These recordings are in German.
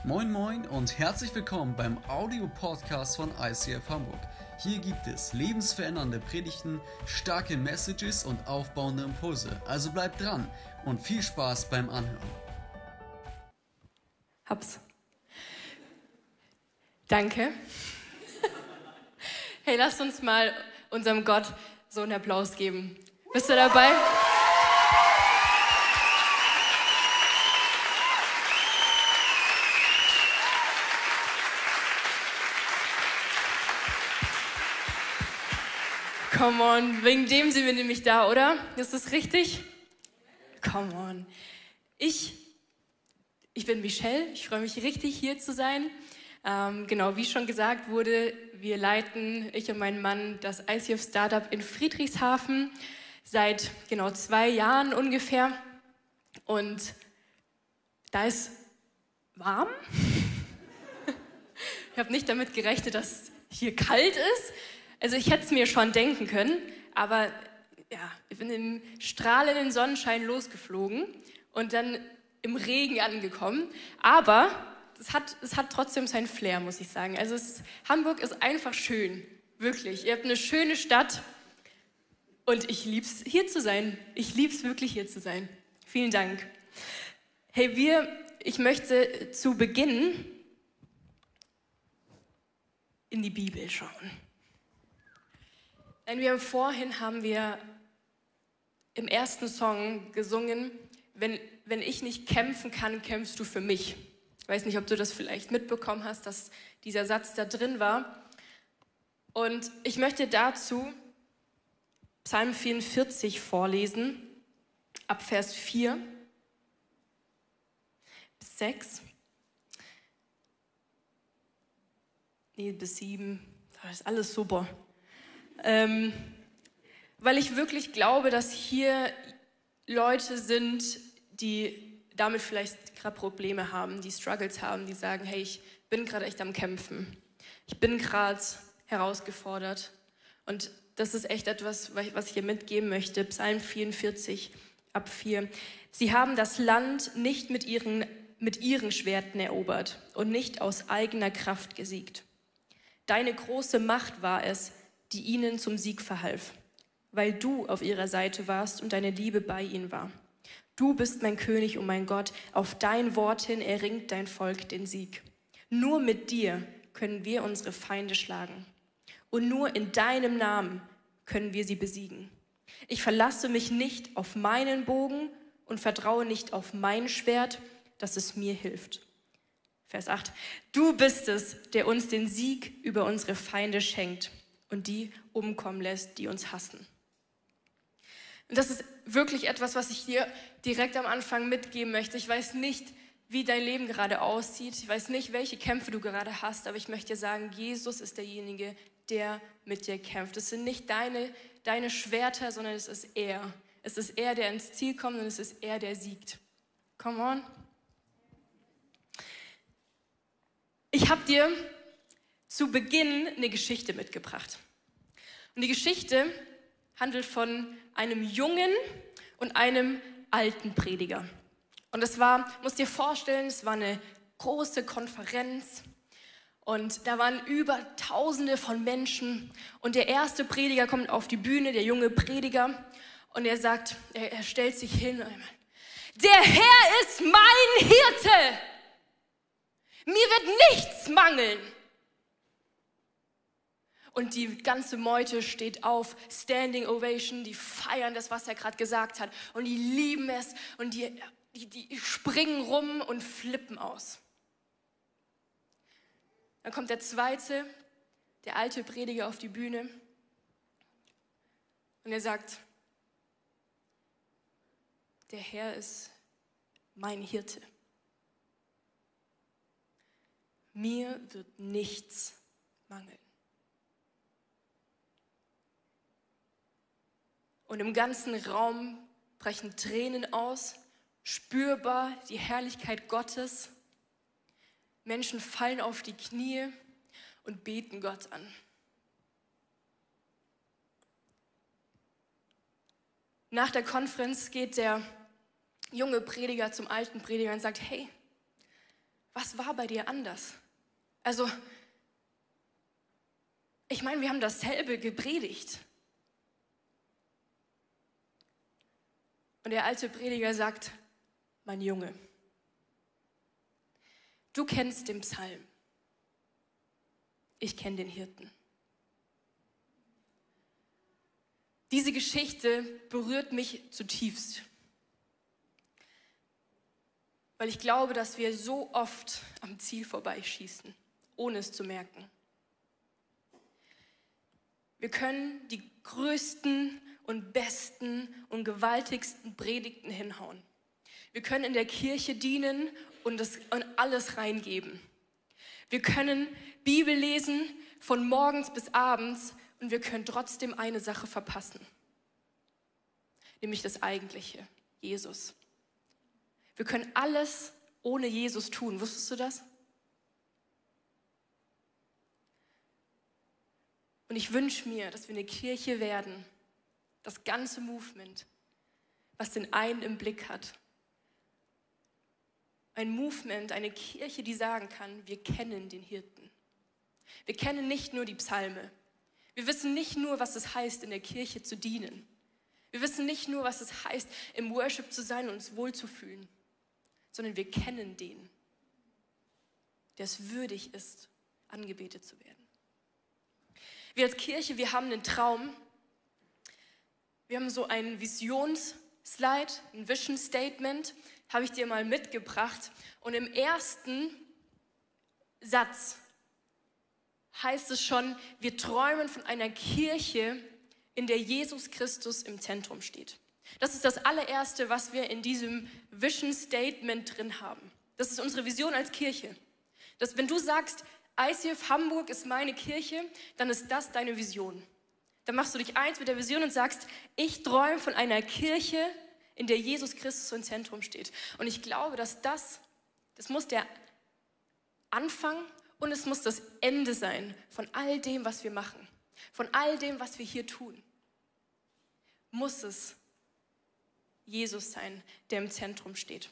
Moin Moin und herzlich willkommen beim Audio-Podcast von ICF Hamburg. Hier gibt es lebensverändernde Predigten, starke Messages und aufbauende Impulse. Also bleibt dran und viel Spaß beim Anhören. Hab's. Danke. Hey, lasst uns mal unserem Gott so einen Applaus geben. Bist du dabei? Come on, wegen dem sind wir nämlich da, oder? Ist das richtig? Come on. Ich bin Michelle, ich freue mich richtig, hier zu sein. Genau, wie schon gesagt wurde, wir leiten, ich und mein Mann, das ICF Startup in Friedrichshafen seit genau 2 Jahren ungefähr. Und da ist warm. Ich habe nicht damit gerechnet, dass hier kalt ist. Also ich hätte es mir schon denken können, aber ja, ich bin im strahlenden Sonnenschein losgeflogen und dann im Regen angekommen. Aber es hat trotzdem seinen Flair, muss ich sagen. Also Hamburg ist einfach schön, wirklich. Ihr habt eine schöne Stadt und ich liebe es, hier zu sein. Ich liebe es wirklich, hier zu sein. Vielen Dank. Hey, ich möchte zu Beginn in die Bibel schauen. Denn vorhin haben wir im ersten Song gesungen, wenn ich nicht kämpfen kann, kämpfst du für mich. Ich weiß nicht, ob du das vielleicht mitbekommen hast, dass dieser Satz da drin war. Und ich möchte dazu Psalm 44 vorlesen, ab Vers 4 bis 6. Nee, bis 7. Das ist alles super. Weil ich wirklich glaube, dass hier Leute sind, die damit vielleicht gerade Probleme haben, die Struggles haben, die sagen, hey, ich bin gerade echt am Kämpfen. Ich bin gerade herausgefordert. Und das ist echt etwas, was ich hier mitgeben möchte. Psalm 44 ab 4. Sie haben das Land nicht mit ihren Schwerten erobert und nicht aus eigener Kraft gesiegt. Deine große Macht war es, die ihnen zum Sieg verhalf, weil du auf ihrer Seite warst und deine Liebe bei ihnen war. Du bist mein König und mein Gott, auf dein Wort hin erringt dein Volk den Sieg. Nur mit dir können wir unsere Feinde schlagen und nur in deinem Namen können wir sie besiegen. Ich verlasse mich nicht auf meinen Bogen und vertraue nicht auf mein Schwert, dass es mir hilft. Vers 8. Du bist es, der uns den Sieg über unsere Feinde schenkt und die umkommen lässt, die uns hassen. Und das ist wirklich etwas, was ich dir direkt am Anfang mitgeben möchte. Ich weiß nicht, wie dein Leben gerade aussieht. Ich weiß nicht, welche Kämpfe du gerade hast, aber ich möchte dir sagen, Jesus ist derjenige, der mit dir kämpft. Es sind nicht deine Schwerter, sondern es ist er. Es ist er, der ins Ziel kommt und es ist er, der siegt. Come on. Ich habe dir zu Beginn eine Geschichte mitgebracht. Und die Geschichte handelt von einem jungen und einem alten Prediger. Und musst dir vorstellen, es war eine große Konferenz und da waren über Tausende von Menschen. Und der erste Prediger kommt auf die Bühne, der junge Prediger, und er sagt, er stellt sich hin und er meint, der Herr ist mein Hirte. Mir wird nichts mangeln. Und die ganze Meute steht auf, Standing Ovation, die feiern das, was er gerade gesagt hat. Und die lieben es und die springen rum und flippen aus. Dann kommt der zweite, der alte Prediger auf die Bühne. Und er sagt, der Herr ist mein Hirte. Mir wird nichts mangeln. Und im ganzen Raum brechen Tränen aus, spürbar die Herrlichkeit Gottes. Menschen fallen auf die Knie und beten Gott an. Nach der Konferenz geht der junge Prediger zum alten Prediger und sagt, hey, Was war bei dir anders? Also, ich meine, wir haben dasselbe gepredigt. Und der alte Prediger sagt, mein Junge, du kennst den Psalm. Ich kenne den Hirten. Diese Geschichte berührt mich zutiefst, weil ich glaube, dass wir so oft am Ziel vorbeischießen, ohne es zu merken. Wir können die größten und besten und gewaltigsten Predigten hinhauen. Wir können in der Kirche dienen und alles reingeben. Wir können Bibel lesen von morgens bis abends und wir können trotzdem eine Sache verpassen, nämlich das Eigentliche, Jesus. Wir können alles ohne Jesus tun. Wusstest du das? Und ich wünsche mir, dass wir eine Kirche werden, das ganze Movement, was den einen im Blick hat. Ein Movement, eine Kirche, die sagen kann, wir kennen den Hirten. Wir kennen nicht nur die Psalme. Wir wissen nicht nur, was es heißt, in der Kirche zu dienen. Wir wissen nicht nur, was es heißt, im Worship zu sein und uns wohlzufühlen, sondern wir kennen den, der es würdig ist, angebetet zu werden. Wir als Kirche, wir haben einen Traum. Wir haben so ein Visionsslide, ein Vision Statement, habe ich dir mal mitgebracht. Und im ersten Satz heißt es schon, wir träumen von einer Kirche, in der Jesus Christus im Zentrum steht. Das ist das allererste, was wir in diesem Vision Statement drin haben. Das ist unsere Vision als Kirche. Dass, wenn du sagst, ICF Hamburg ist meine Kirche, dann ist das deine Vision. Dann machst du dich eins mit der Vision und sagst, ich träume von einer Kirche, in der Jesus Christus im Zentrum steht. Und ich glaube, dass das muss der Anfang und es muss das Ende sein von all dem, was wir machen. Von all dem, was wir hier tun. Muss es Jesus sein, der im Zentrum steht.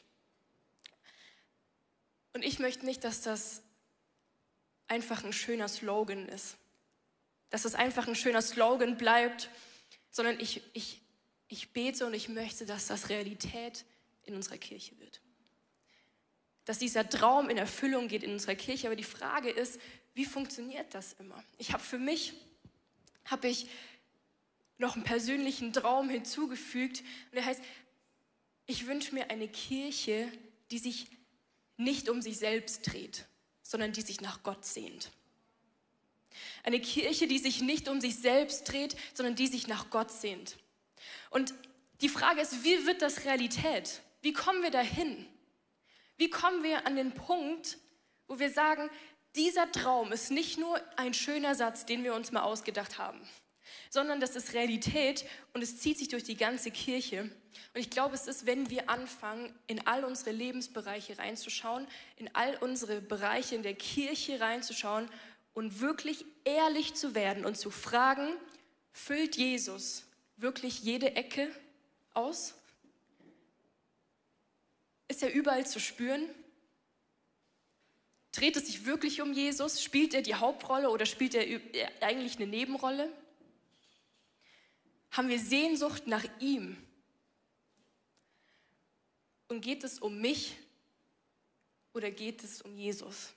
Und ich möchte nicht, dass das einfach ein schöner Slogan ist. Dass das einfach ein schöner Slogan bleibt, sondern ich bete und ich möchte, dass das Realität in unserer Kirche wird. Dass dieser Traum in Erfüllung geht in unserer Kirche. Aber die Frage ist, wie funktioniert das immer? Für mich habe ich noch einen persönlichen Traum hinzugefügt. Und der heißt, ich wünsche mir eine Kirche, die sich nicht um sich selbst dreht, sondern die sich nach Gott sehnt. Eine Kirche, die sich nicht um sich selbst dreht, sondern die sich nach Gott sehnt. Und die Frage ist, wie wird das Realität? Wie kommen wir dahin? Wie kommen wir an den Punkt, wo wir sagen, dieser Traum ist nicht nur ein schöner Satz, den wir uns mal ausgedacht haben, sondern das ist Realität und es zieht sich durch die ganze Kirche. Und ich glaube, es ist, wenn wir anfangen, in all unsere Lebensbereiche reinzuschauen, in all unsere Bereiche in der Kirche reinzuschauen und wirklich ehrlich zu werden und zu fragen, füllt Jesus wirklich jede Ecke aus? Ist er überall zu spüren? Dreht es sich wirklich um Jesus? Spielt er die Hauptrolle oder spielt er eigentlich eine Nebenrolle? Haben wir Sehnsucht nach ihm? Und geht es um mich oder geht es um Jesus?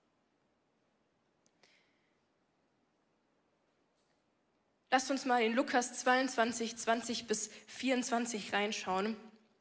Lasst uns mal in Lukas 22, 20 bis 24 reinschauen.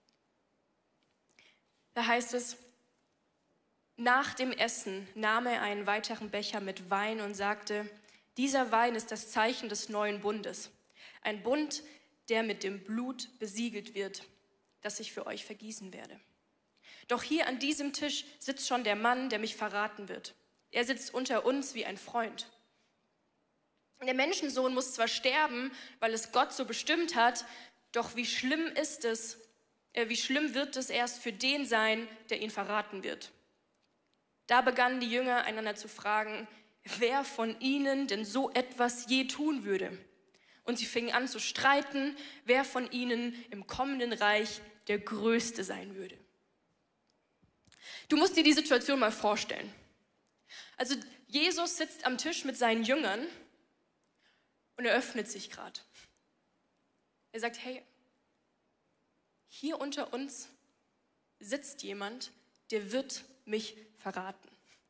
Da heißt es, nach dem Essen nahm er einen weiteren Becher mit Wein und sagte, dieser Wein ist das Zeichen des neuen Bundes. Ein Bund, der mit dem Blut besiegelt wird, das ich für euch vergießen werde. Doch hier an diesem Tisch sitzt schon der Mann, der mich verraten wird. Er sitzt unter uns wie ein Freund. Der Menschensohn muss zwar sterben, weil es Gott so bestimmt hat, doch wie schlimm wird es erst für den sein, der ihn verraten wird. Da begannen die Jünger einander zu fragen, wer von ihnen denn so etwas je tun würde. Und sie fingen an zu streiten, wer von ihnen im kommenden Reich der Größte sein würde. Du musst dir die Situation mal vorstellen. Also Jesus sitzt am Tisch mit seinen Jüngern und er öffnet sich gerade. Er sagt, hey, hier unter uns sitzt jemand, der wird mich verraten.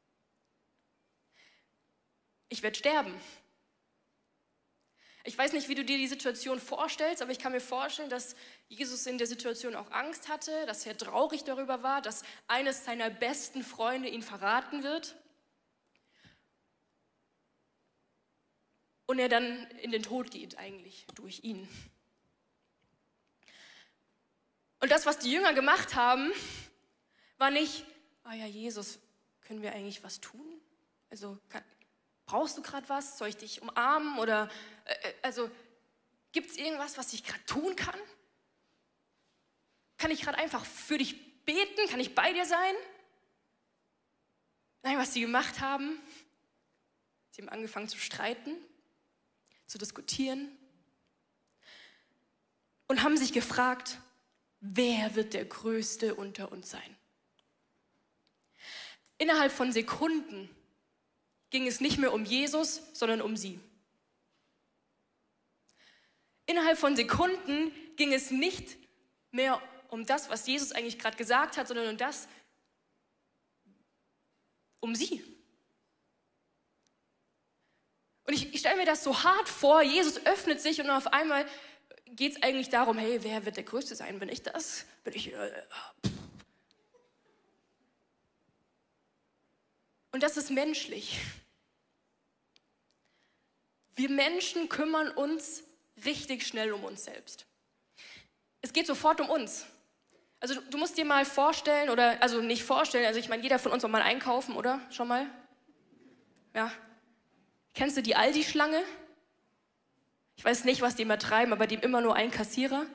Ich werde sterben. Ich weiß nicht, wie du dir die Situation vorstellst, aber ich kann mir vorstellen, dass Jesus in der Situation auch Angst hatte, dass er traurig darüber war, dass eines seiner besten Freunde ihn verraten wird und er dann in den Tod geht eigentlich durch ihn. Und das, was die Jünger gemacht haben, war nicht, oh ja, Jesus, können wir eigentlich was tun? Also brauchst du gerade was? Soll ich dich umarmen? Oder gibt es irgendwas, was ich gerade tun kann? Kann ich gerade einfach für dich beten? Kann ich bei dir sein? Nein, was sie gemacht haben, sie haben angefangen zu streiten, zu diskutieren und haben sich gefragt, wer wird der Größte unter uns sein? Innerhalb von Sekunden ging es nicht mehr um Jesus, sondern um sie. Innerhalb von Sekunden ging es nicht mehr um das, was Jesus eigentlich gerade gesagt hat, sondern um sie. Und ich stelle mir das so hart vor, Jesus öffnet sich und auf einmal geht es eigentlich darum, hey, wer wird der Größte sein? Bin ich das? Bin ich... Und das ist menschlich. Wir Menschen kümmern uns richtig schnell um uns selbst. Es geht sofort um uns. Also du musst dir mal vorstellen, ich meine, jeder von uns war mal einkaufen, oder? Schon mal? Ja. Kennst du die Aldi-Schlange? Ich weiß nicht, was die immer treiben, aber die haben immer nur einen Kassierer.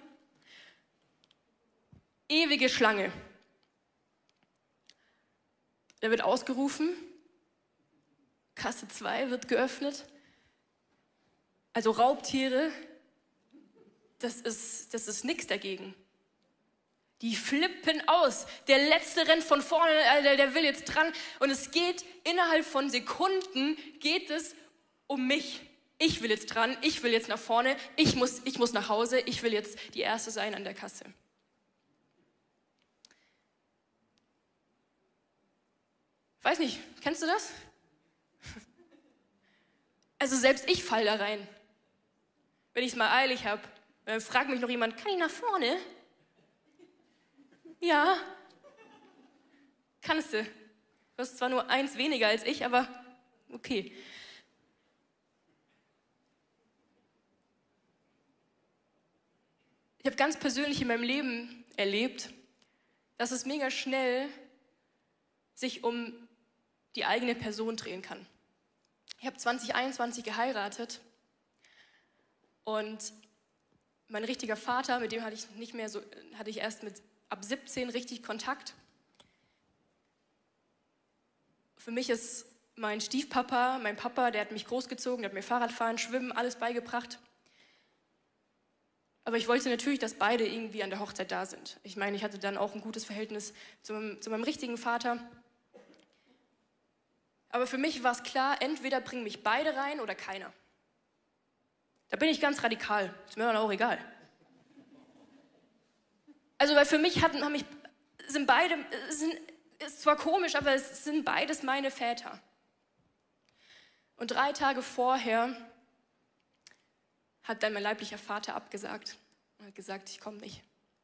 Ewige Schlange. Der wird ausgerufen. Kasse 2 wird geöffnet. Also Raubtiere, das ist nichts dagegen. Die flippen aus. Der Letzte rennt von vorne, der will jetzt dran. Und es geht, innerhalb von Sekunden geht es um mich. Ich will jetzt dran, ich will jetzt nach vorne, ich muss nach Hause, ich will jetzt die Erste sein an der Kasse. Weiß nicht, kennst du das? Also selbst ich falle da rein. Wenn ich es mal eilig habe, dann fragt mich noch jemand, kann ich nach vorne? Ja, kannst du. Du hast zwar nur eins weniger als ich, aber okay. Ich habe ganz persönlich in meinem Leben erlebt, dass es mega schnell sich um die eigene Person drehen kann. Ich habe 2021 geheiratet und mein richtiger Vater, mit dem hatte ich erst ab 17 richtig Kontakt. Für mich ist mein Stiefpapa, mein Papa, der hat mich großgezogen, der hat mir Fahrradfahren, Schwimmen, alles beigebracht. Aber ich wollte natürlich, dass beide irgendwie an der Hochzeit da sind. Ich meine, ich hatte dann auch ein gutes Verhältnis zu meinem richtigen Vater. Aber für mich war es klar, entweder bringen mich beide rein oder keiner. Da bin ich ganz radikal. Ist mir dann auch egal. Also, weil für mich ist zwar komisch, aber es sind beides meine Väter. Und 3 Tage vorher hat dann mein leiblicher Vater abgesagt und hat gesagt, ich komme nicht.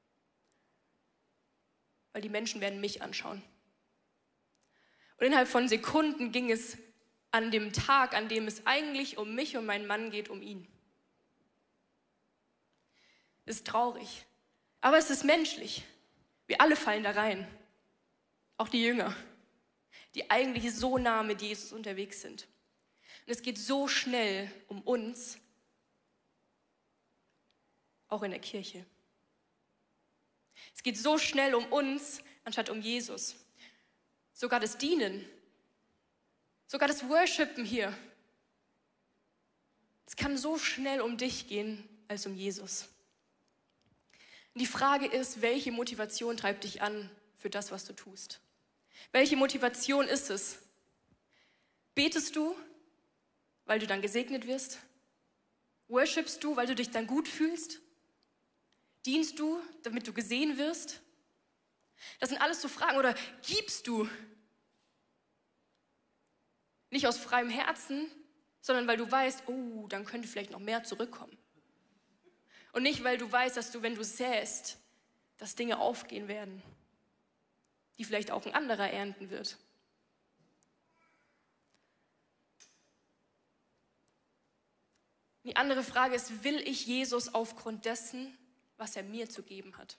Weil die Menschen werden mich anschauen. Und innerhalb von Sekunden ging es an dem Tag, an dem es eigentlich um mich und meinen Mann geht, um ihn. Es ist traurig, aber es ist menschlich. Wir alle fallen da rein. Auch die Jünger, die eigentlich so nah mit Jesus unterwegs sind. Und es geht so schnell um uns, auch in der Kirche. Es geht so schnell um uns, anstatt um Jesus. Sogar das Dienen, sogar das Worshipen hier. Es kann so schnell um dich gehen, als um Jesus. Und die Frage ist, welche Motivation treibt dich an für das, was du tust? Welche Motivation ist es? Betest du, weil du dann gesegnet wirst? Worshipst du, weil du dich dann gut fühlst? Dienst du, damit du gesehen wirst? Das sind alles so Fragen. Oder gibst du? Nicht aus freiem Herzen, sondern weil du weißt, oh, dann könnte vielleicht noch mehr zurückkommen. Und nicht, weil du weißt, dass du, wenn du säst, dass Dinge aufgehen werden, die vielleicht auch ein anderer ernten wird. Die andere Frage ist, will ich Jesus aufgrund dessen, was er mir zu geben hat?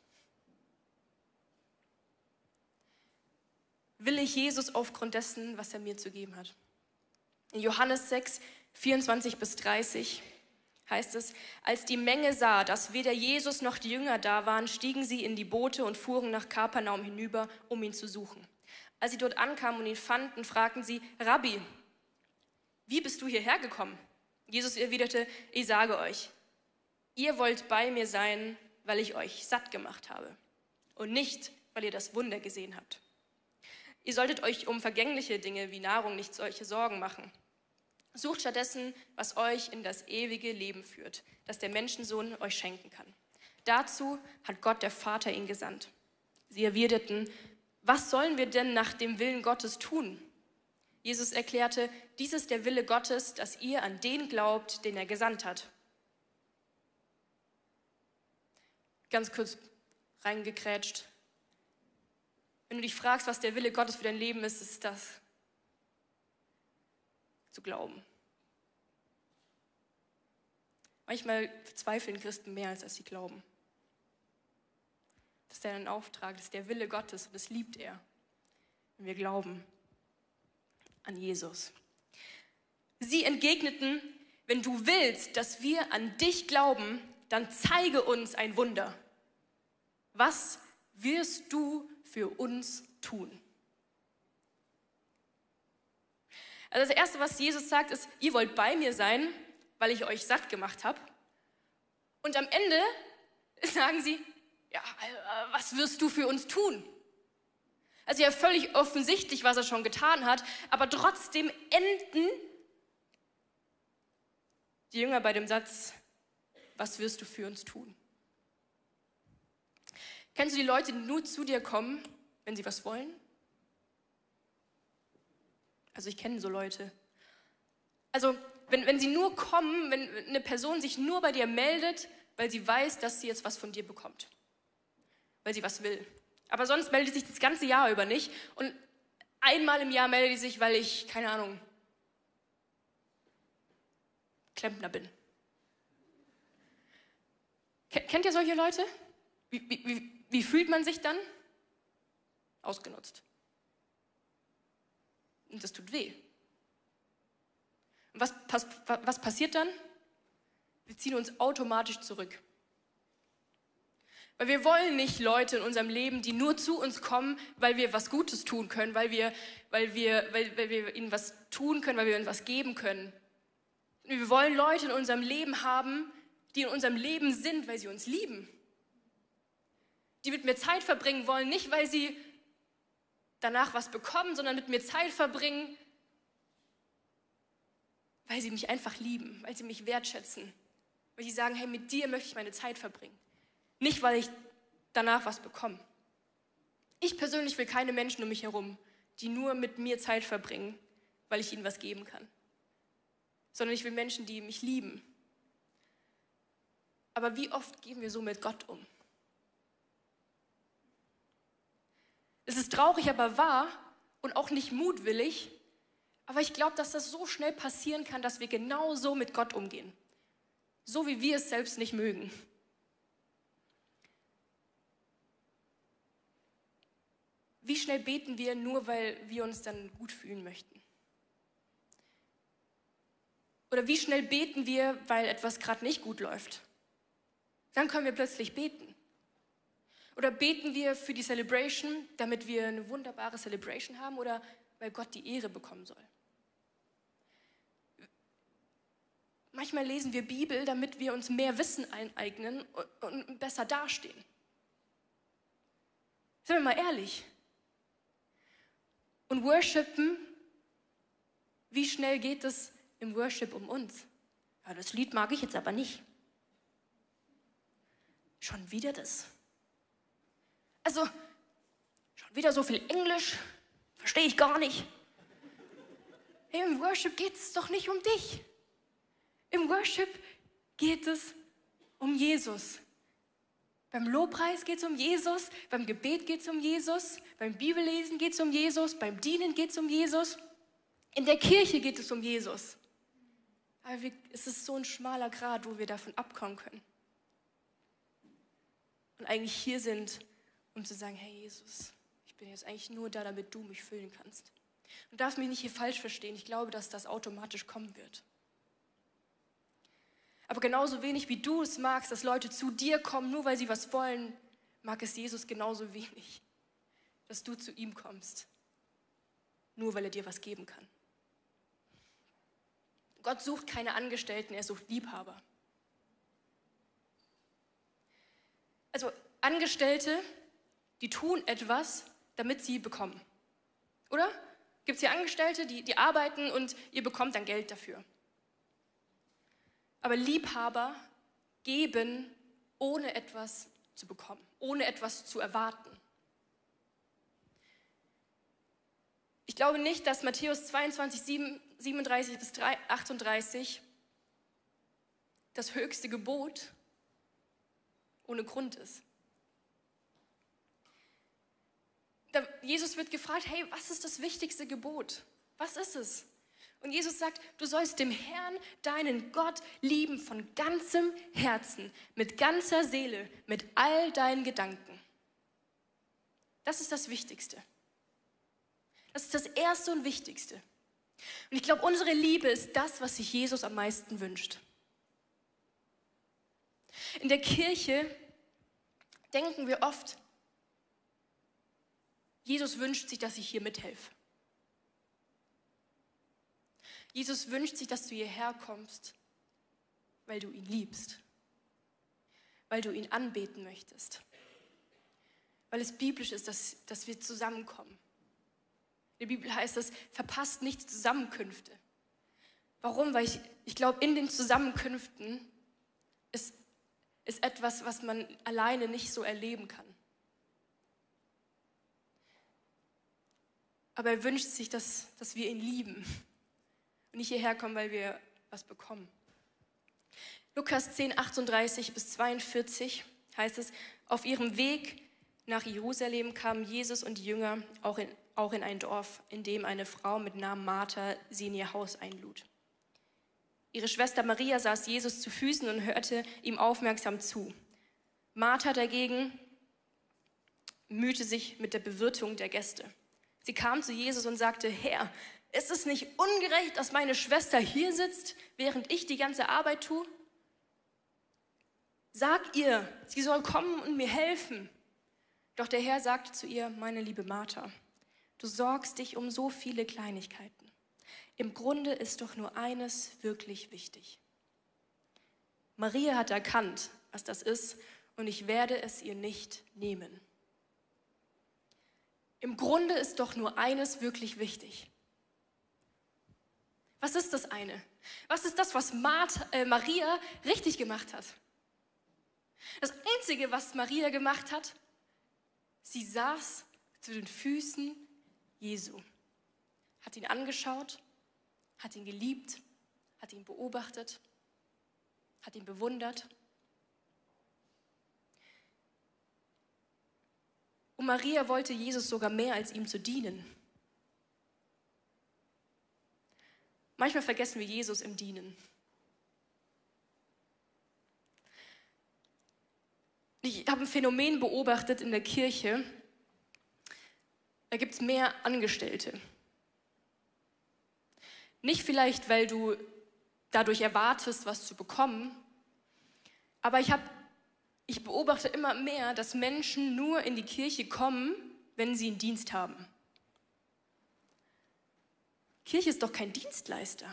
Will ich Jesus aufgrund dessen, was er mir zu geben hat? In Johannes 6, 24 bis 30 heißt es, als die Menge sah, dass weder Jesus noch die Jünger da waren, stiegen sie in die Boote und fuhren nach Kapernaum hinüber, um ihn zu suchen. Als sie dort ankamen und ihn fanden, fragten sie, Rabbi, wie bist du hierher gekommen? Jesus erwiderte, ich sage euch, ihr wollt bei mir sein, weil ich euch satt gemacht habe und nicht, weil ihr das Wunder gesehen habt. Ihr solltet euch um vergängliche Dinge wie Nahrung nicht solche Sorgen machen. Sucht stattdessen, was euch in das ewige Leben führt, das der Menschensohn euch schenken kann. Dazu hat Gott der Vater ihn gesandt. Sie erwiderten, was sollen wir denn nach dem Willen Gottes tun? Jesus erklärte, dies ist der Wille Gottes, dass ihr an den glaubt, den er gesandt hat. Ganz kurz reingekrätscht. Wenn du dich fragst, was der Wille Gottes für dein Leben ist, ist das, zu glauben. Manchmal verzweifeln Christen mehr, als sie glauben. Das ist ein Auftrag, das ist der Wille Gottes und das liebt er, wenn wir glauben an Jesus. Sie entgegneten, wenn du willst, dass wir an dich glauben, dann zeige uns ein Wunder. Was wirst du für uns tun? Also das Erste, was Jesus sagt, ist, ihr wollt bei mir sein, weil ich euch satt gemacht habe. Und am Ende sagen sie, ja, was wirst du für uns tun? Also ja, völlig offensichtlich, was er schon getan hat, aber trotzdem enden die Jünger bei dem Satz, was wirst du für uns tun? Kennst du die Leute, die nur zu dir kommen, wenn sie was wollen? Also ich kenne so Leute. Also wenn sie nur kommen, wenn eine Person sich nur bei dir meldet, weil sie weiß, dass sie jetzt was von dir bekommt. Weil sie was will. Aber sonst meldet sie sich das ganze Jahr über nicht. Und einmal im Jahr meldet sie sich, weil ich, keine Ahnung, Klempner bin. Kennt ihr solche Leute? Wie fühlt man sich dann? Ausgenutzt. Und das tut weh. Und was passiert dann? Wir ziehen uns automatisch zurück. Weil wir wollen nicht Leute in unserem Leben, die nur zu uns kommen, weil wir was Gutes tun können, weil wir ihnen was tun können, weil wir ihnen was geben können. Wir wollen Leute in unserem Leben haben, die in unserem Leben sind, weil sie uns lieben. Die mit mir Zeit verbringen wollen, nicht weil sie danach was bekommen, sondern mit mir Zeit verbringen, weil sie mich einfach lieben, weil sie mich wertschätzen, weil sie sagen, hey, mit dir möchte ich meine Zeit verbringen. Nicht, weil ich danach was bekomme. Ich persönlich will keine Menschen um mich herum, die nur mit mir Zeit verbringen, weil ich ihnen was geben kann. Sondern ich will Menschen, die mich lieben. Aber wie oft gehen wir so mit Gott um? Es ist traurig, aber wahr und auch nicht mutwillig. Aber ich glaube, dass das so schnell passieren kann, dass wir genau so mit Gott umgehen. So wie wir es selbst nicht mögen. Wie schnell beten wir nur, weil wir uns dann gut fühlen möchten? Oder wie schnell beten wir, weil etwas gerade nicht gut läuft? Dann können wir plötzlich beten. Oder beten wir für die Celebration, damit wir eine wunderbare Celebration haben oder weil Gott die Ehre bekommen soll? Manchmal lesen wir Bibel, damit wir uns mehr Wissen aneignen und besser dastehen. Sind wir mal ehrlich. Und worshipen, wie schnell geht es im Worship um uns? Ja, das Lied mag ich jetzt aber nicht. Schon wieder das. Also, schon wieder so viel Englisch, verstehe ich gar nicht. Hey, im Worship geht es doch nicht um dich. Im Worship geht es um Jesus. Beim Lobpreis geht es um Jesus, beim Gebet geht es um Jesus, beim Bibellesen geht es um Jesus, beim Dienen geht es um Jesus. In der Kirche geht es um Jesus. Aber es ist so ein schmaler Grat, wo wir davon abkommen können. Und eigentlich hier sind, um zu sagen, hey Jesus, ich bin jetzt eigentlich nur da, damit du mich füllen kannst. Du darfst mich nicht hier falsch verstehen. Ich glaube, dass das automatisch kommen wird. Aber genauso wenig wie du es magst, dass Leute zu dir kommen, nur weil sie was wollen, mag es Jesus genauso wenig, dass du zu ihm kommst, nur weil er dir was geben kann. Gott sucht keine Angestellten, er sucht Liebhaber. Also Angestellte, die tun etwas, damit sie bekommen. Oder? Gibt es hier Angestellte, die arbeiten und ihr bekommt dann Geld dafür. Aber Liebhaber geben, ohne etwas zu bekommen, ohne etwas zu erwarten. Ich glaube nicht, dass Matthäus 22, 37 bis 38 das höchste Gebot ohne Grund ist. Jesus wird gefragt, hey, was ist das wichtigste Gebot? Was ist es? Und Jesus sagt, du sollst dem Herrn, deinen Gott, lieben von ganzem Herzen, mit ganzer Seele, mit all deinen Gedanken. Das ist das Wichtigste. Das ist das Erste und Wichtigste. Und ich glaube, unsere Liebe ist das, was sich Jesus am meisten wünscht. In der Kirche denken wir oft, Jesus wünscht sich, dass ich hier mithelfe. Jesus wünscht sich, dass du hierher kommst, weil du ihn liebst, weil du ihn anbeten möchtest, weil es biblisch ist, dass wir zusammenkommen. In der Bibel heißt es, verpasst nicht die Zusammenkünfte. Warum? Weil ich glaube, in den Zusammenkünften ist etwas, was man alleine nicht so erleben kann. Aber er wünscht sich, dass wir ihn lieben und nicht hierher kommen, weil wir was bekommen. Lukas 10, 38 bis 42 heißt es, auf ihrem Weg nach Jerusalem kamen Jesus und die Jünger auch in ein Dorf, in dem eine Frau mit Namen Martha sie in ihr Haus einlud. Ihre Schwester Maria saß Jesus zu Füßen und hörte ihm aufmerksam zu. Martha dagegen mühte sich mit der Bewirtung der Gäste. Sie kam zu Jesus und sagte, Herr, ist es nicht ungerecht, dass meine Schwester hier sitzt, während ich die ganze Arbeit tue? Sag ihr, sie soll kommen und mir helfen. Doch der Herr sagte zu ihr, meine liebe Martha, du sorgst dich um so viele Kleinigkeiten. Im Grunde ist doch nur eines wirklich wichtig. Maria hat erkannt, was das ist, und ich werde es ihr nicht nehmen. Im Grunde ist doch nur eines wirklich wichtig. Was ist das eine? Was ist das, was Maria richtig gemacht hat? Das Einzige, was Maria gemacht hat, sie saß zu den Füßen Jesu, hat ihn angeschaut, hat ihn geliebt, hat ihn beobachtet, hat ihn bewundert. Und Maria wollte Jesus sogar mehr, als ihm zu dienen. Manchmal vergessen wir Jesus im Dienen. Ich habe ein Phänomen beobachtet in der Kirche. Da gibt es mehr Angestellte. Nicht vielleicht, weil du dadurch erwartest, was zu bekommen, aber ich beobachte immer mehr, dass Menschen nur in die Kirche kommen, wenn sie einen Dienst haben. Kirche ist doch kein Dienstleister.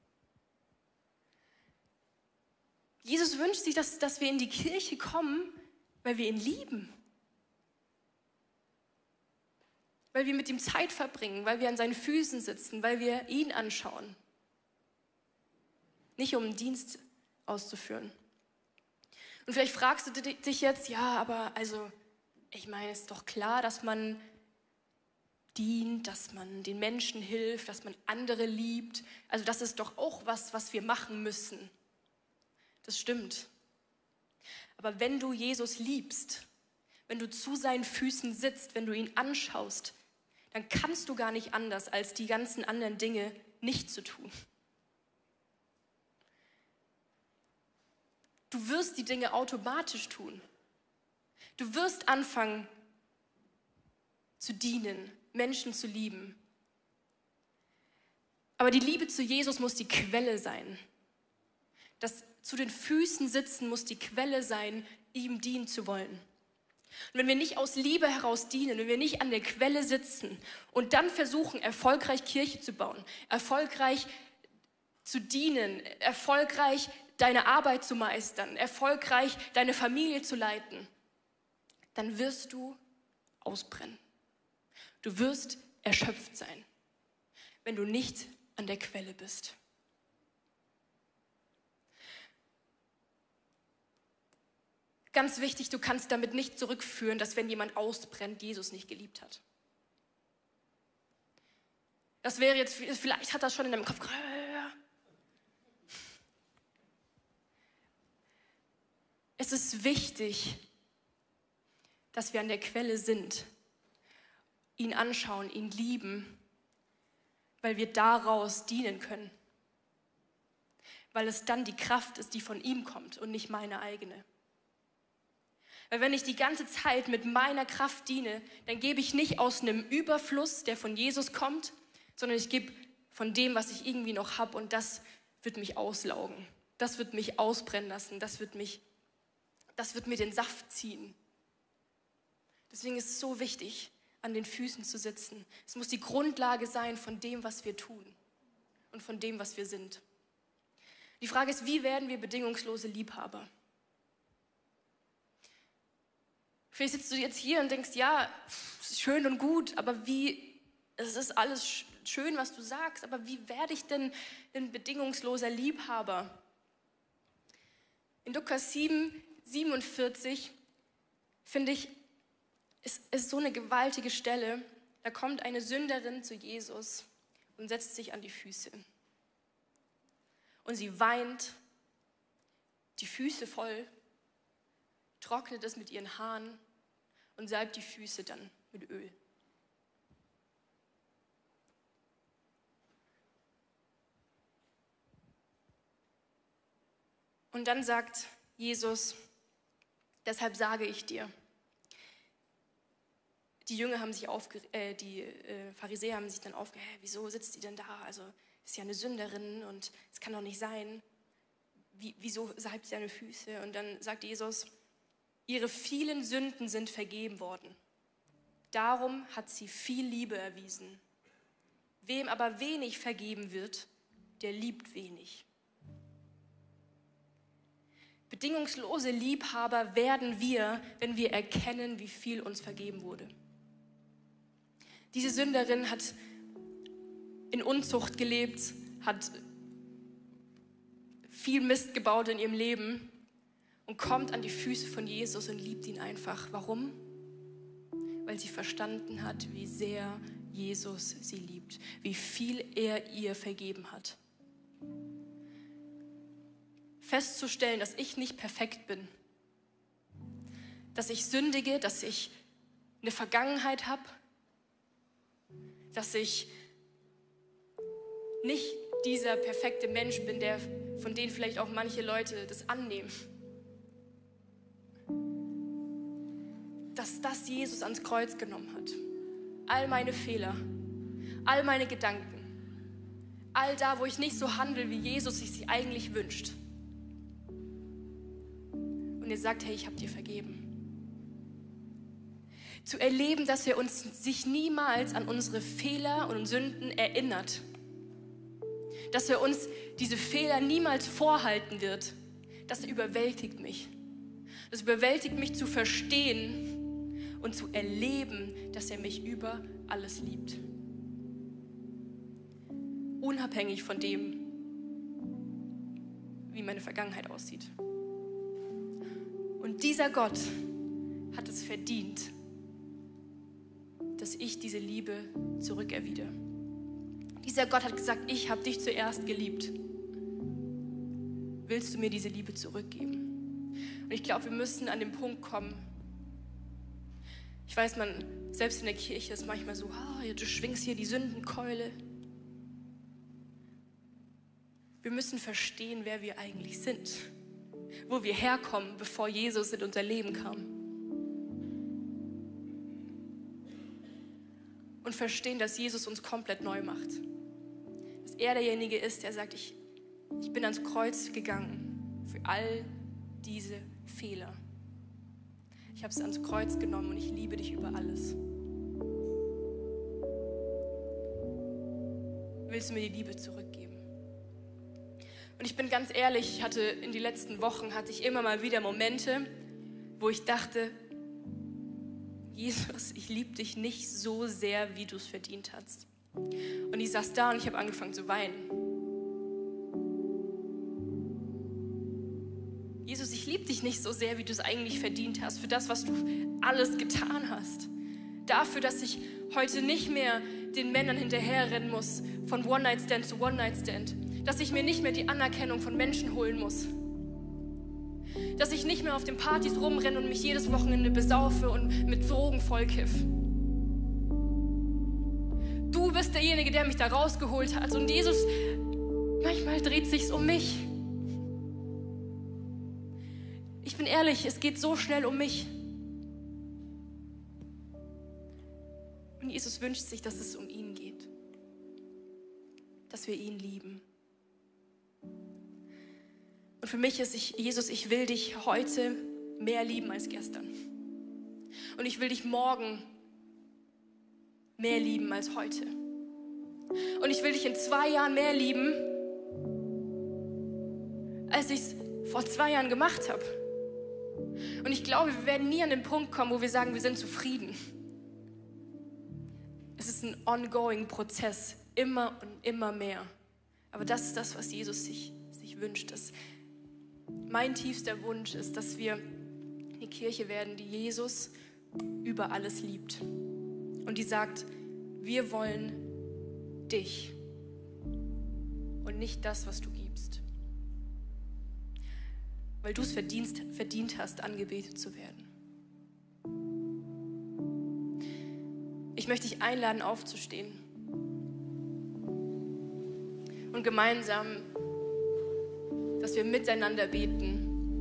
Jesus wünscht sich, dass wir in die Kirche kommen, weil wir ihn lieben. weil wir mit ihm Zeit verbringen, weil wir an seinen Füßen sitzen, weil wir ihn anschauen. Nicht um einen Dienst auszuführen. Und vielleicht fragst du dich jetzt, ja, aber also, ich meine, es ist doch klar, dass man dient, dass man den Menschen hilft, dass man andere liebt. Also das ist doch auch was wir machen müssen. Das stimmt. Aber wenn du Jesus liebst, wenn du zu seinen Füßen sitzt, wenn du ihn anschaust, dann kannst du gar nicht anders, als die ganzen anderen Dinge nicht zu tun. Du wirst die Dinge automatisch tun. Du wirst anfangen zu dienen, Menschen zu lieben. Aber die Liebe zu Jesus muss die Quelle sein. Das zu den Füßen sitzen muss die Quelle sein, ihm dienen zu wollen. Und wenn wir nicht aus Liebe heraus dienen, wenn wir nicht an der Quelle sitzen und dann versuchen, erfolgreich Kirche zu bauen, erfolgreich zu dienen, erfolgreich deine Arbeit zu meistern, erfolgreich deine Familie zu leiten, dann wirst du ausbrennen. Du wirst erschöpft sein, wenn du nicht an der Quelle bist. Ganz wichtig, du kannst damit nicht zurückführen, dass wenn jemand ausbrennt, Jesus nicht geliebt hat. Das wäre jetzt, vielleicht hat das schon in deinem Kopf. Es ist wichtig, dass wir an der Quelle sind, ihn anschauen, ihn lieben, weil wir daraus dienen können. Weil es dann die Kraft ist, die von ihm kommt und nicht meine eigene. Weil wenn ich die ganze Zeit mit meiner Kraft diene, dann gebe ich nicht aus einem Überfluss, der von Jesus kommt, sondern ich gebe von dem, was ich irgendwie noch habe, und das wird mich auslaugen. Das wird mich ausbrennen lassen. Das wird mir den Saft ziehen. Deswegen ist es so wichtig, an den Füßen zu sitzen. Es muss die Grundlage sein von dem, was wir tun und von dem, was wir sind. Die Frage ist, wie werden wir bedingungslose Liebhaber? Vielleicht sitzt du jetzt hier und denkst, ja, schön und gut, aber es ist alles schön, was du sagst, aber wie werde ich denn ein bedingungsloser Liebhaber? In Lukas 7:47 finde ich, ist so eine gewaltige Stelle. Da kommt eine Sünderin zu Jesus und setzt sich an die Füße. Und sie weint, die Füße voll, trocknet es mit ihren Haaren und salbt die Füße dann mit Öl. Und dann sagt Jesus, deshalb sage ich dir, die Jünger haben sich die Pharisäer haben sich dann aufgeregt, wieso sitzt sie denn da? Also ist ja eine Sünderin und es kann doch nicht sein. Wieso salbt sie seine Füße? Und dann sagt Jesus, ihre vielen Sünden sind vergeben worden. Darum hat sie viel Liebe erwiesen. Wem aber wenig vergeben wird, der liebt wenig. Bedingungslose Liebhaber werden wir, wenn wir erkennen, wie viel uns vergeben wurde. Diese Sünderin hat in Unzucht gelebt, hat viel Mist gebaut in ihrem Leben und kommt an die Füße von Jesus und liebt ihn einfach. Warum? Weil sie verstanden hat, wie sehr Jesus sie liebt, wie viel er ihr vergeben hat. Festzustellen, dass ich nicht perfekt bin, dass ich sündige, dass ich eine Vergangenheit habe, dass ich nicht dieser perfekte Mensch bin, von dem vielleicht auch manche Leute das annehmen. Dass das Jesus ans Kreuz genommen hat. All meine Fehler, all meine Gedanken, all da, wo ich nicht so handle, wie Jesus sich sie eigentlich wünscht. Und er sagt, hey, ich habe dir vergeben. Zu erleben, dass er uns sich niemals an unsere Fehler und Sünden erinnert. Dass er uns diese Fehler niemals vorhalten wird. Das überwältigt mich. Das überwältigt mich zu verstehen, und zu erleben, dass er mich über alles liebt. Unabhängig von dem, wie meine Vergangenheit aussieht. Und dieser Gott hat es verdient, dass ich diese Liebe zurückerwidere. Dieser Gott hat gesagt, ich habe dich zuerst geliebt. Willst du mir diese Liebe zurückgeben? Und ich glaube, wir müssen an den Punkt kommen. Ich weiß, selbst in der Kirche ist manchmal so, du schwingst hier die Sündenkeule. Wir müssen verstehen, wer wir eigentlich sind, wo wir herkommen, bevor Jesus in unser Leben kam. Und verstehen, dass Jesus uns komplett neu macht. Dass er derjenige ist, der sagt, ich bin ans Kreuz gegangen für all diese Fehler. Ich habe es ans Kreuz genommen und ich liebe dich über alles. Willst du mir die Liebe zurückgeben? Und ich bin ganz ehrlich, in die letzten Wochen hatte ich immer mal wieder Momente, wo ich dachte, Jesus, ich liebe dich nicht so sehr, wie du es verdient hast. Und ich saß da und ich habe angefangen zu weinen. Jesus, ich liebe dich nicht so sehr, wie du es eigentlich verdient hast, für das, was du alles getan hast. Dafür, dass ich heute nicht mehr den Männern hinterherrennen muss, von One-Night-Stand zu One-Night-Stand. Dass ich mir nicht mehr die Anerkennung von Menschen holen muss. Dass ich nicht mehr auf den Partys rumrenne und mich jedes Wochenende besaufe und mit Drogen vollkiff. Du bist derjenige, der mich da rausgeholt hat. Und Jesus, manchmal dreht sich's um mich. Ich bin ehrlich, es geht so schnell um mich. Und Jesus wünscht sich, dass es um ihn geht. Dass wir ihn lieben. Und für mich ist Jesus, ich will dich heute mehr lieben als gestern. Und ich will dich morgen mehr lieben als heute. Und ich will dich in 2 Jahren mehr lieben, als ich es vor 2 Jahren gemacht habe. Und ich glaube, wir werden nie an den Punkt kommen, wo wir sagen, wir sind zufrieden. Es ist ein ongoing Prozess, immer und immer mehr. Aber das ist das, was Jesus sich wünscht. Mein tiefster Wunsch ist, dass wir eine Kirche werden, die Jesus über alles liebt. Und die sagt, wir wollen dich und nicht das, was du gibst. Weil du es verdient hast, angebetet zu werden. Ich möchte dich einladen, aufzustehen und gemeinsam, dass wir miteinander beten.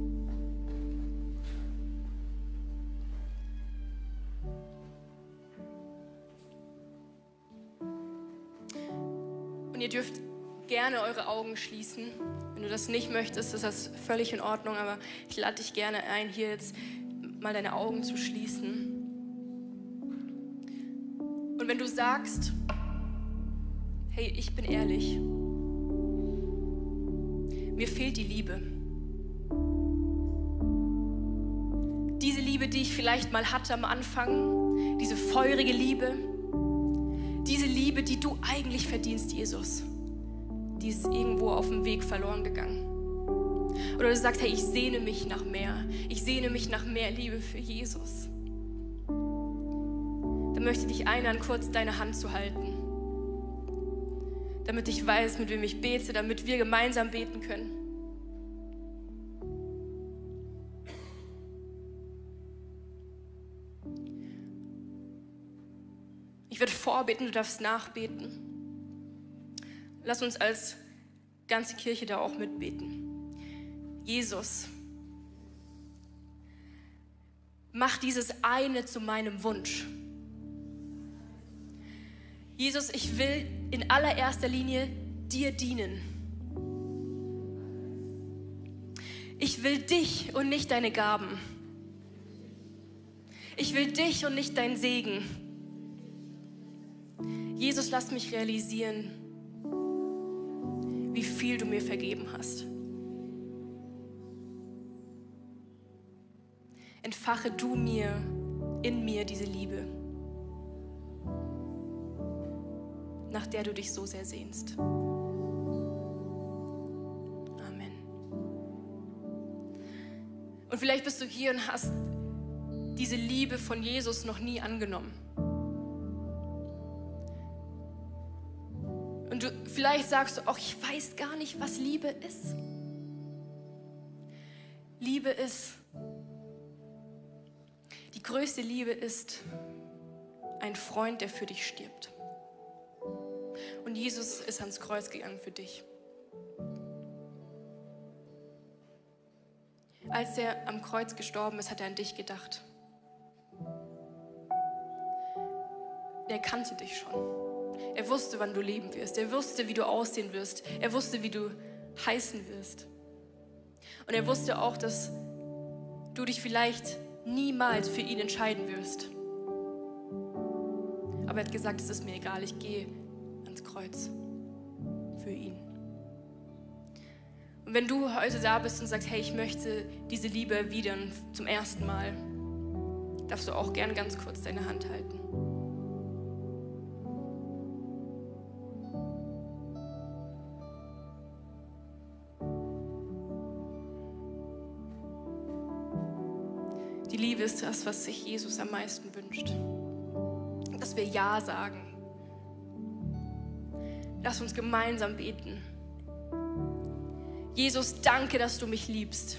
Und ihr dürft gerne eure Augen schließen. Wenn du das nicht möchtest, ist das völlig in Ordnung, aber ich lade dich gerne ein, hier jetzt mal deine Augen zu schließen. Und wenn du sagst, hey, ich bin ehrlich, mir fehlt die Liebe. Diese Liebe, die ich vielleicht mal hatte am Anfang, diese feurige Liebe, diese Liebe, die du eigentlich verdienst, Jesus, die ist irgendwo auf dem Weg verloren gegangen. Oder du sagst, hey, ich sehne mich nach mehr. Ich sehne mich nach mehr Liebe für Jesus. Dann möchte ich dich einladen, kurz deine Hand zu halten. Damit ich weiß, mit wem ich bete, damit wir gemeinsam beten können. Ich werde vorbeten, du darfst nachbeten. Lass uns als ganze Kirche da auch mitbeten. Jesus, mach dieses eine zu meinem Wunsch. Jesus, ich will in allererster Linie dir dienen. Ich will dich und nicht deine Gaben. Ich will dich und nicht deinen Segen. Jesus, lass mich realisieren, wie viel du mir vergeben hast. Entfache du mir in mir diese Liebe, nach der du dich so sehr sehnst. Amen. Und vielleicht bist du hier und hast diese Liebe von Jesus noch nie angenommen. Und vielleicht sagst du auch, ich weiß gar nicht, was Liebe ist. Liebe ist, die größte Liebe ist ein Freund, der für dich stirbt. Und Jesus ist ans Kreuz gegangen für dich. Als er am Kreuz gestorben ist, hat er an dich gedacht. Er kannte dich schon. Er wusste, wann du leben wirst. Er wusste, wie du aussehen wirst. Er wusste, wie du heißen wirst. Und er wusste auch, dass du dich vielleicht niemals für ihn entscheiden wirst. Aber er hat gesagt, es ist mir egal, ich gehe ans Kreuz für ihn. Und wenn du heute da bist und sagst, hey, ich möchte diese Liebe erwidern zum ersten Mal, darfst du auch gern ganz kurz deine Hand halten. Die Liebe ist das, was sich Jesus am meisten wünscht. Dass wir Ja sagen. Lass uns gemeinsam beten. Jesus, danke, dass du mich liebst.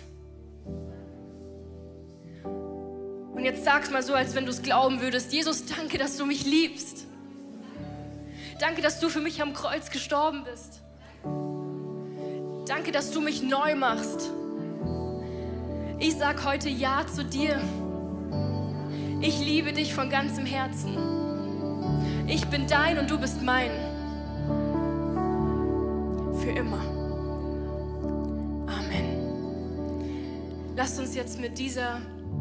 Und jetzt sag's mal so, als wenn du es glauben würdest. Jesus, danke, dass du mich liebst. Danke, dass du für mich am Kreuz gestorben bist. Danke, dass du mich neu machst. Ich sag heute Ja zu dir. Ich liebe dich von ganzem Herzen. Ich bin dein und du bist mein. Für immer. Amen. Lasst uns jetzt mit dieser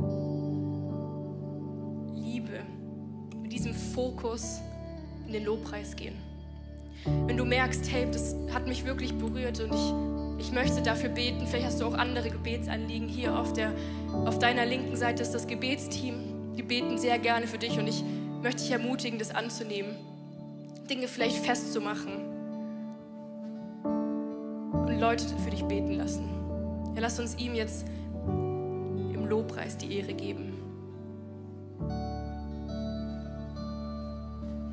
Liebe, mit diesem Fokus in den Lobpreis gehen. Wenn du merkst, hey, das hat mich wirklich berührt und ich möchte dafür beten, vielleicht hast du auch andere Gebetsanliegen. Hier auf deiner linken Seite ist das Gebetsteam. Die beten sehr gerne für dich und ich möchte dich ermutigen, das anzunehmen. Dinge vielleicht festzumachen und Leute für dich beten lassen. Ja, lass uns ihm jetzt im Lobpreis die Ehre geben.